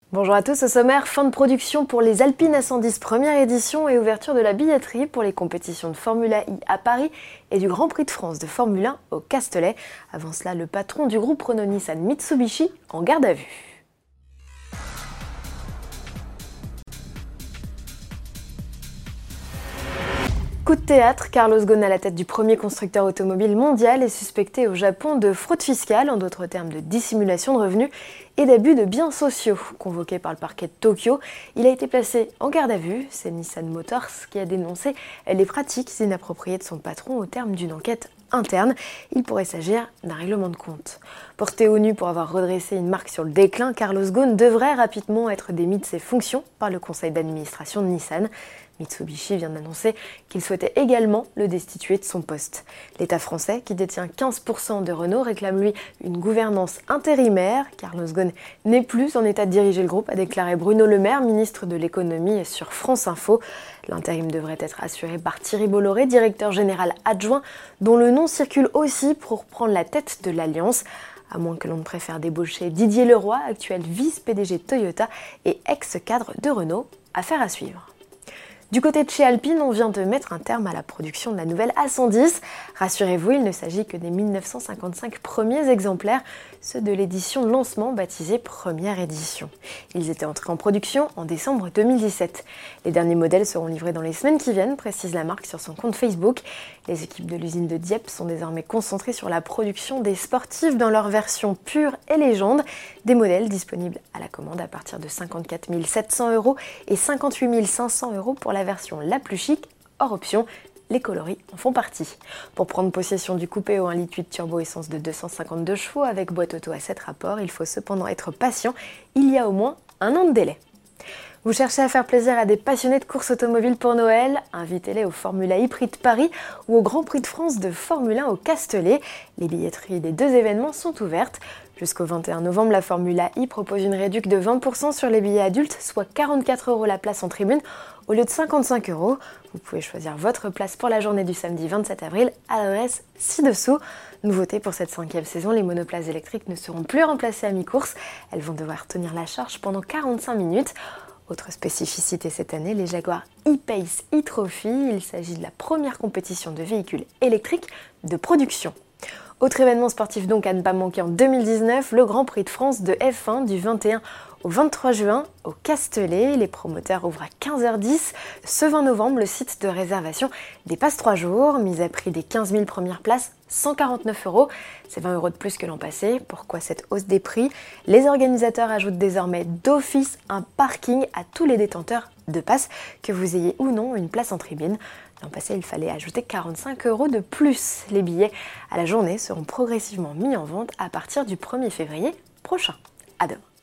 Bonjour à tous, au sommaire, fin de production pour les Alpine A110 première édition et ouverture de la billetterie pour les compétitions de Formula I à Paris et du Grand Prix de France de Formule 1 au Castellet. Avant cela, le patron du groupe Renault-Nissan Mitsubishi en garde à vue. Coup de théâtre, Carlos Ghosn à la tête du premier constructeur automobile mondial est suspecté au Japon de fraude fiscale, en d'autres termes de dissimulation de revenus et d'abus de biens sociaux. Convoqué par le parquet de Tokyo, il a été placé en garde à vue. C'est Nissan Motors qui a dénoncé les pratiques inappropriées de son patron au terme d'une enquête interne. Il pourrait s'agir d'un règlement de compte. Porté au nu pour avoir redressé une marque sur le déclin, Carlos Ghosn devrait rapidement être démis de ses fonctions par le conseil d'administration de Nissan. Mitsubishi vient d'annoncer qu'il souhaitait également le destituer de son poste. L'État français, qui détient 15% de Renault, réclame lui une gouvernance intérimaire. Carlos Ghosn n'est plus en état de diriger le groupe, a déclaré Bruno Le Maire, ministre de l'économie sur France Info. L'intérim devrait être assuré par Thierry Bolloré, directeur général adjoint, dont le nom circule aussi pour prendre la tête de l'Alliance. À moins que l'on ne préfère débaucher Didier Leroy, actuel vice-PDG Toyota et ex-cadre de Renault. Affaire à suivre. Du côté de chez Alpine, on vient de mettre un terme à la production de la nouvelle A110. Rassurez-vous, il ne s'agit que des 1955 premiers exemplaires, ceux de l'édition de lancement baptisée Première Édition. Ils étaient entrés en production en décembre 2017. Les derniers modèles seront livrés dans les semaines qui viennent, précise la marque sur son compte Facebook. Les équipes de l'usine de Dieppe sont désormais concentrées sur la production des sportifs dans leur version pure et légende, des modèles disponibles à la commande à partir de 54 700 € et 58 500 € pour la version la plus chic, hors option. Les coloris en font partie. Pour prendre possession du coupé au 1,8 litre turbo essence de 252 chevaux avec boîte auto à 7 rapports, il faut cependant être patient. Il y a au moins un an de délai. Vous cherchez à faire plaisir à des passionnés de course automobile pour Noël? Invitez-les au Formula I Prix de Paris ou au Grand Prix de France de Formule 1 au Castellet. Les billetteries des deux événements sont ouvertes. Jusqu'au 21 novembre, la Formula I propose une réduction de 20% sur les billets adultes, soit 44 € la place en tribune au lieu de 55 €. Vous pouvez choisir votre place pour la journée du samedi 27 avril à l'adresse ci-dessous. Nouveauté pour cette 5e saison, les monoplaces électriques ne seront plus remplacées à mi-course. Elles vont devoir tenir la charge pendant 45 minutes. Autre spécificité cette année, les Jaguar E-Pace e-Trophy. Il s'agit de la première compétition de véhicules électriques de production. Autre événement sportif donc à ne pas manquer en 2019, le Grand Prix de France de F1 du 21 au 23 juin au Castellet. Les promoteurs ouvrent à 15h10. Ce 20 novembre, le site de réservation dépasse 3 jours. Mise à prix des 15 000 premières places, 149 €. C'est 20 € de plus que l'an passé. Pourquoi cette hausse des prix? Les organisateurs ajoutent désormais d'office un parking à tous les détenteurs de passes, que vous ayez ou non une place en tribune. L'an passé, il fallait ajouter 45 € de plus. Les billets à la journée seront progressivement mis en vente à partir du 1er février prochain. À demain.